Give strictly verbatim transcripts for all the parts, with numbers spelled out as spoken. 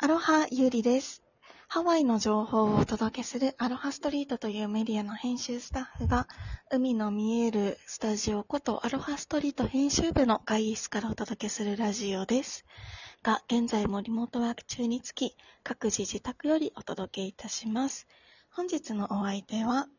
アロハゆうりです。ハワイの情報をお届けするアロハストリートというメディアの編集スタッフが、海の見えるスタジオことアロハストリート編集部の会議室からお届けするラジオです。が、現在もリモートワーク中につき、各自自宅よりお届けいたします。本日のお相手は、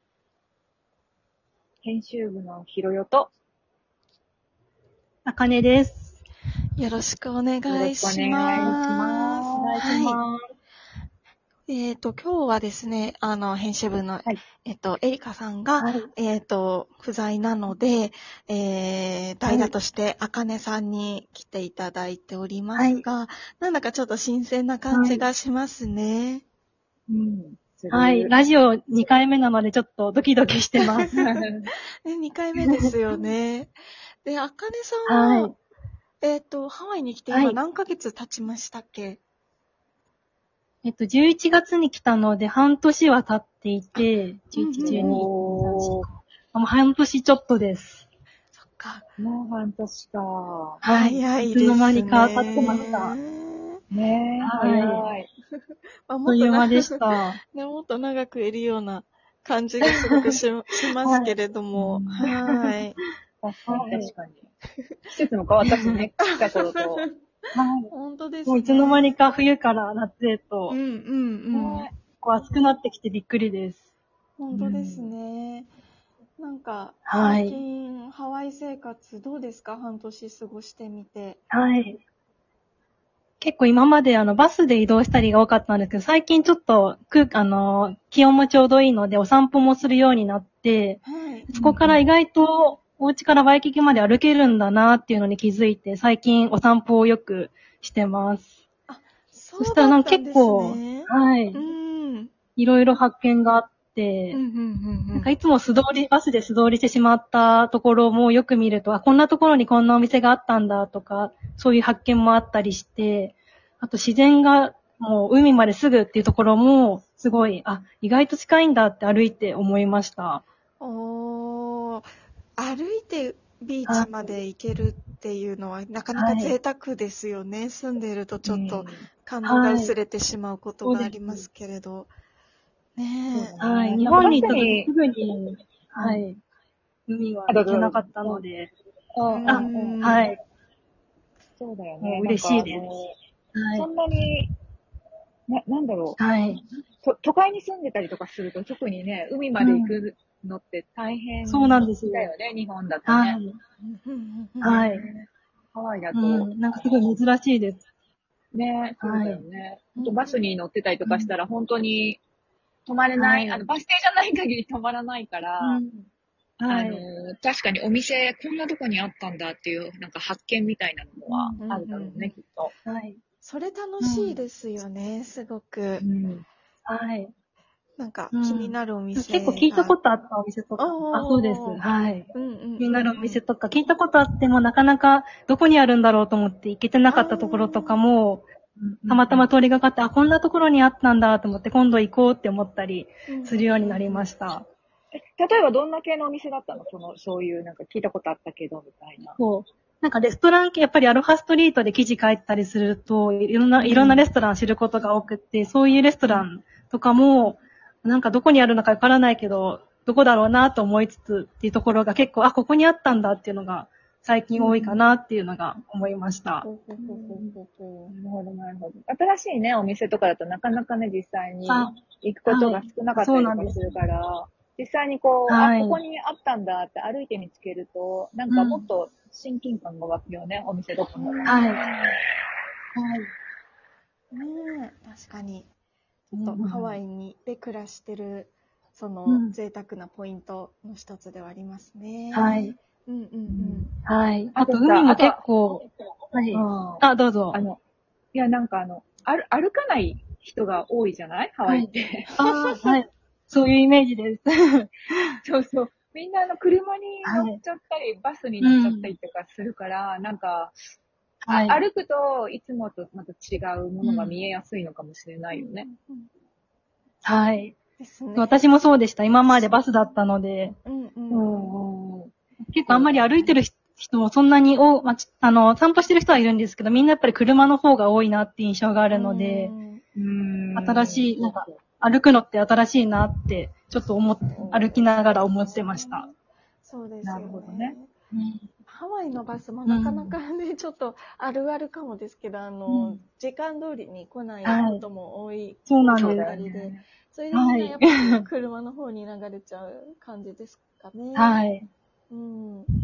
編集部のひろよと、 あかねです。 よろしくお願いします。 よろしくお願いします。 お願いします。 えっ、と、今日はですね、あの、編集部の、 はいえっ、と、エリカさんが、 はいえっ、と、不在なので、えー、代打として、あかねさんに来ていただいておりますが、なんだかちょっと新鮮な感じがしますね。 うん。 はい。ラジオにかいめなのでちょっとドキドキしてます。 ね、にかいめですよね。で、あかねさんは、 はい。 えっ、と、ハワイに来てはい今何ヶ月経ちましたっけ？ えっと、じゅういちがつに来たので半年は経っていて、じゅういち、 うんじゅうに、 おーあもう半年ちょっとです。 そっか。 もう半年か。 はい早いですね。 いつの間にか経ってましたねえ、 はい早い。 あ、 あっもっとなという間でした。 ね、もっと長くいるような感じがすごくししますけれども、 はいはい。 確かに確かに。季節も変わったしね、来た頃と。 はい。 本当ですね。 もういつの間にか冬から夏へと、 うんうんうん。 ねこう暑くなってきてびっくりです。 本当ですね。なんか、 はい最近、ハワイ生活どうですか？半年過ごしてみて。 はい。結構今まであのバスで移動したりが多かったんですけど、最近ちょっとくあの気温もちょうどいいのでお散歩もするようになって、 はい。 そこから意外とお家からワイキキまで歩けるんだなっていうのに気づいて、最近お散歩をよくしてます。 そそしたらなんか結構、 ね、 はい、 うん。 いろいろ発見があって、 うんうんうんうん。 なんかいつも素通り、バスで素通りしてしまったところもよく見ると、あ、こんなところにこんなお店があったんだとか、そういう発見もあったりして、あと自然がもう海まですぐっていうところも、すごい、あ、意外と近いんだって歩いて思いました。 おー、歩いてビーチまで行けるっていうのはなかなか贅沢ですよね。住んでいるとちょっと感動が薄れてしまうことがありますけれど。ねえ。 はい。日本に行った時すぐに、はい。海は行けなかったので。 うんあ、 うんはい。 そうだよね。 もう嬉しいですなんかはいあのそんなに、な、なんだろう。 はい。 と都会に住んでたりとかすると、特にね、海まで行くのって大変そうなんですよだよね、日本だとね。 はい。 うんうんはい。 ハワイだと、 うん。なんかすごい珍しいです。 ね、そうだよね。ほんとバスに乗ってたりとかしたら、本当に止まれない、 はいあの、バス停じゃない限り止まらないから、 うんはあい。 の、確かにお店、こんなとこにあったんだっていう、なんか発見みたいなのはあるだろうね、 うんきっと。 はい。 それ楽しいですよね、すごく。 うん。 はい。 なんかうん気になるお店が。 結構聞いたことあったお店とか。 おーあ、そうです。はい。 うんうんうんうん。 気になるお店とか、聞いたことあってもなかなかどこにあるんだろうと思って行けてなかったところとかも、たまたま通りがかって、あ、こんなところにあったんだと思って今度行こうって思ったりするようになりました。 え例えばどんな系のお店だったのその、そういうなんか聞いたことあったけど、みたいな。 そう。なんかレストラン系、やっぱりアロハストリートで記事書いたりすると、いろんな、いろんなレストラン知ることが多くって、そういうレストランとかも、なんかどこにあるのかわからないけど、どこだろうなと思いつつっていうところが結構、あ、ここにあったんだっていうのが最近多いかなっていうのが思いました。 ほうほうほうほうほうなるほど、なるほど。新しいね、お店とかだとなかなかね、実際にあ行くことが少なかったりとかするから、実際にこう、 はいあ、ここにあったんだって歩いて見つけると、なんかもっと親近感が湧くよね、お店どこも。 はい。はい。 ねえ、確かに。ちょっとハワイにで暮らしてる、その、 うん贅沢なポイントの一つではありますね。 はい。 うんうんうん。 はい。あとあとさ海も結構、はい。 うんあ、どうぞあ。の、いや、なんかあの、歩、歩かない人が多いじゃないハワイって。 あーはい。そういうイメージです。 そうそう。みんなあの、車に乗っちゃったり、バスに乗っちゃったりとかするから、なんか、 はい。 あ歩くといつもとまた違うものが見えやすいのかもしれないよね。 うんうんはい。 ですね。 私もそうでした。今までバスだったので、 うんううんんうん。 結構あんまり歩いてる人もそんなにお、まあ、ちあの、散歩してる人はいるんですけど、みんなやっぱり車の方が多いなって印象があるので、 うんうーん。 新しい、なんか、歩くのって新しいなって、ちょっと思っ、歩きながら思ってました。 そうですよね。 なるほどね。 うん、ハワイのバスもなかなかね、うん、ちょっとあるあるかもですけど、あの、うん、時間通りに来ないことも多い、はい、 そうなんです。 で、それでみんなやっぱり車の方に流れちゃう感じですかね。 はい。うん。うん。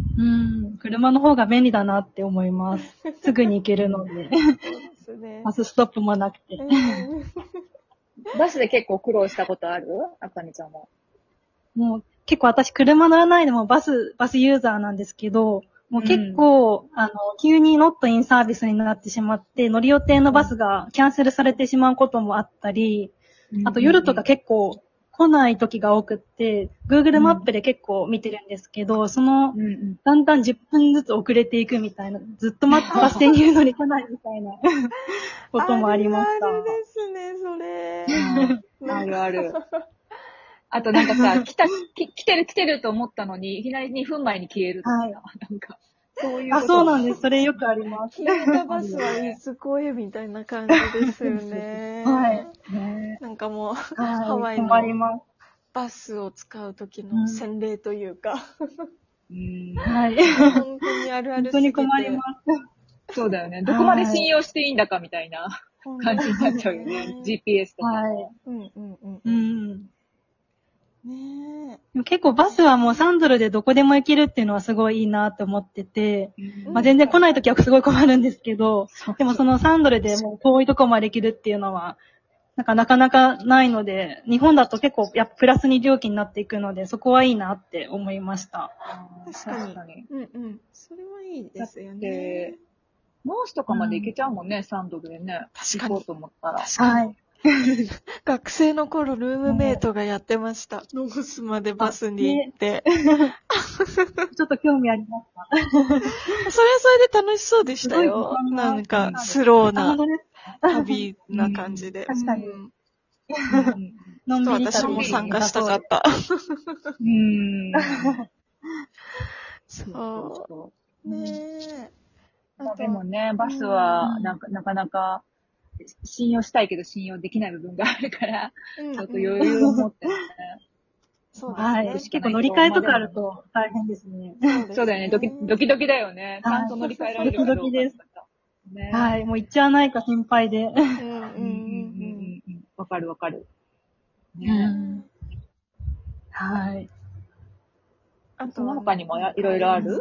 車の方が便利だなって思います。すぐに行けるので。そうですね。バスストップもなくて。 バスで結構苦労したことある？あかねちゃんも。 もう結構私車乗らないでもバス、バスユーザーなんですけど、もう結構、うん、あの、急にノットインサービスになってしまって、乗り予定のバスがキャンセルされてしまうこともあったり、うん、あと夜とか結構来ない時が多くって、Google マップで結構見てるんですけど、うん、その、うんうん、だんだんじゅっぷんずつ遅れていくみたいな、ずっと待ってバス停にいるのに来ないみたいなこともありました。 あるあるですね、それ。 あるある。あとなんかさ、来た、き来てる来てると思ったのに、いきなりにふんまえに消えるとか、はい、なんか、そういうこと。 あ、そうなんです。それよくあります。 消えたバスはいつ来いみたいな感じですよね。 はい。 ね、なんかもう、 はい、 ハワイのバスを使う時の洗礼というか。 うん、 はい。 本当にあるあるすぎて。 本当に困ります。 そうだよね。どこまで信用していいんだかみたいな感じになっちゃうよね。ジーピーエス とか。 はい。 うんうんうん。 うんねえ。結構バスはもうさんドルでどこでも行けるっていうのはすごいいいなって思ってて、うん、まあ、全然来ないときはすごい困るんですけど、でもそのさんドルでもう遠いとこまで行けるっていうのは、なんかなかなかないので、日本だと結構やっぱプラスに料金になっていくので、そこはいいなって思いました。 確かに。うんうん。それはいいですよね。 ノースとかまで行けちゃうもんね、うん、さんドルでね。 確かに。 行こうと思ったら。 確かに。学生の頃、ルームメイトがやってました。ノースまでバスに行って。 ちょっと興味ありました。 それはそれで楽しそうでしたよ。なんか、スローな旅な感じで。 確かに。 のんびり私も参加したかった。 うん。 そう。ねえ。 でもね、バスはなんかなかなか信用したいけど信用できない部分があるから、ちょっと余裕を持ってね。 そうですね。はい。結構乗り換えとかあると大変ですね。 そうだよね。ドキドキドキだよね。ちゃんと乗り換えられるかどうか。 ドキドキです。はい。もう行っちゃわないか心配で。 うんうんうんうん。わかるわかる。 ね。はい。 あと、その他にもいろいろある？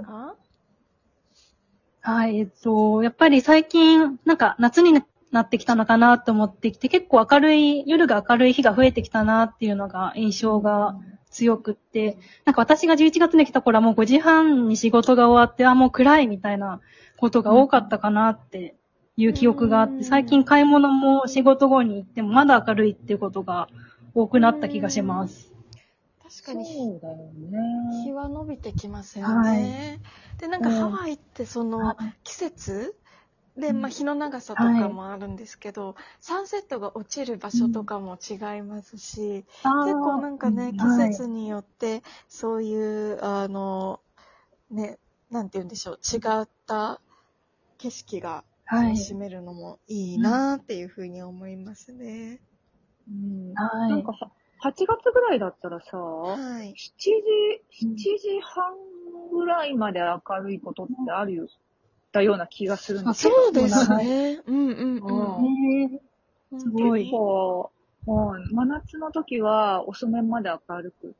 はい、えっと、やっぱり最近、なんか夏になってきたのかなと思ってきて、結構明るい、夜が明るい日が増えてきたなっていうのが印象が強くって、なんか私がじゅういちがつに来た頃はもうごじはんに仕事が終わって、あ、もう暗いみたいなことが多かったかなっていう記憶があって、最近買い物も仕事後に行ってもまだ明るいっていうことが多くなった気がします。 確かに、 そうだよね。 日は伸びてきますよね。はい、で、なんかハワイってその季節で、まあ日の長さとかもあるんですけど、はい、サンセットが落ちる場所とかも違いますし、うん、結構なんかね、季節によってそういう、あの、ね、なんて言うんでしょう、違った景色が楽しめるのもいいなっていうふうに思いますね。 うん、はい、なんかはちがつぐらいだったらさ、はい、しちじ、しちじはんぐらいまで明るいことってあるよ、だような気がするんですけど。そうですね。うんうんうん。 すごい。 結構、もう真夏の時は遅めまで明るくって、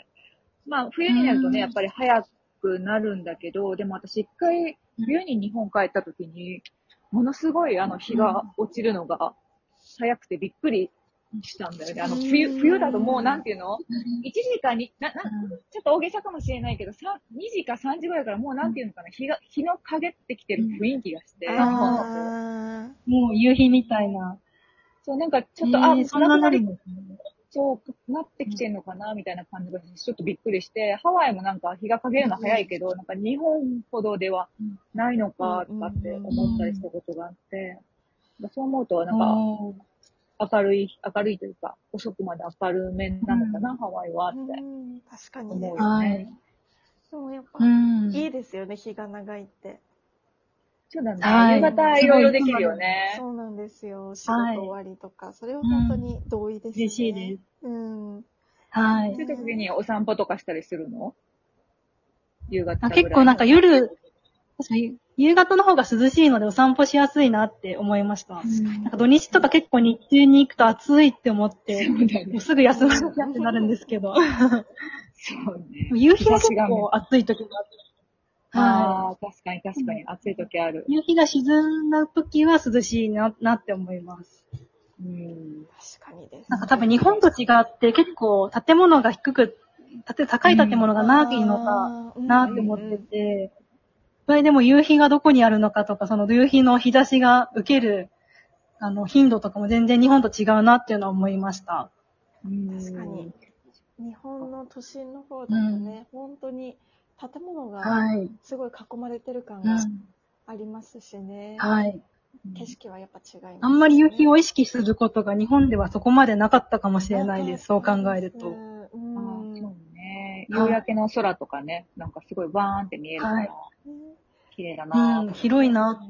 まあ冬になるとね、やっぱり早くなるんだけど、でも私一回冬に日本帰った時に、ものすごいあの日が落ちるのが早くてびっくりしたんだよね。あの、冬、冬だともうなんていうの ?いち 時かに、な、な、ちょっと大げさかもしれないけど、にじかさんじぐらいからもうなんていうのかな、日が、日の陰ってきてる雰囲気がして、 あもう夕日みたいな。 そう、なんかちょっと、えー、あ、そんななり、そう、なってきてんのかな、みたいな感じがして、ちょっとびっくりして、ハワイもなんか日が陰るの早いけど、なんか日本ほどではないのか、とかって思ったりしたことがあって、そう思うと、なんか、明るい、明るいというか、遅くまで明るめなのかな、うん、ハワイはって。 確かにね。思うよね。 でもやっぱ、うん、いいですよね、日が長いって。 そうだね。 はい夕方いろいろできるよね。 そうなんですよ。仕事終わりとか、それは本当に同意ですね。 嬉しいです。 うん。 はいそう。いう時にお散歩とかしたりするの？夕方あぐらい。 結構なんか夜、確かに夕方の方が涼しいのでお散歩しやすいなって思いました。なんか土日とか結構日中に行くと暑いって思って、 そうだねもうすぐ休まなきゃってなるんですけど。 そうね。 夕日は結構暑い時もあって。 ああ、 は確かに確かに暑い時ある。 い。夕日が沈んだ時は涼しいな、なって思います。 うん。 確かにです。 なんか多分日本と違って結構建物が低く、建て高い建物がないのかなって思ってて、それでも夕日がどこにあるのかとか、その夕日の日差しが受ける、あの、頻度とかも全然日本と違うなっていうのは思いました。 確かに。日本の都心の方だとね、うん、本当に建物がすごい囲まれてる感がありますしね。 はい。 景色はやっぱ違います、ね。 あんまり夕日を意識することが日本ではそこまでなかったかもしれないです。そう考えると。うん、 そうね。夕焼けの空とかね、なんかすごいバーンって見えるから、はい、綺麗だな、 うん、広いなって、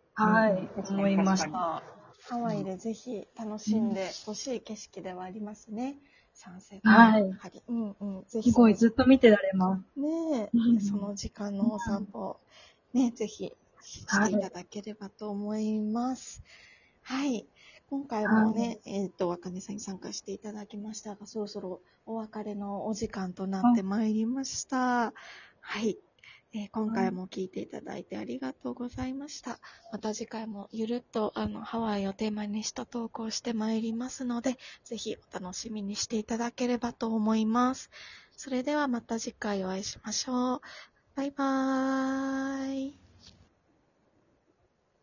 はい、うん、思いました。 ハワイでぜひ楽しんでほしい景色ではありますね。サンセット。 はい。 うんうん。ぜひすごいずっと見てられます。 ねえ、その時間のお散歩、ね、ぜひしていただければと思います。はい。はい、今回もね、はい、えっと、わかねさんに参加していただきましたが、そろそろお別れのお時間となってまいりました。はい。えー、今回も聞いていただいてありがとうございました。また次回もゆるっとあのハワイをテーマにしたトークをしてまいりますので、ぜひお楽しみにしていただければと思います。それではまた次回お会いしましょう。バイバーイ。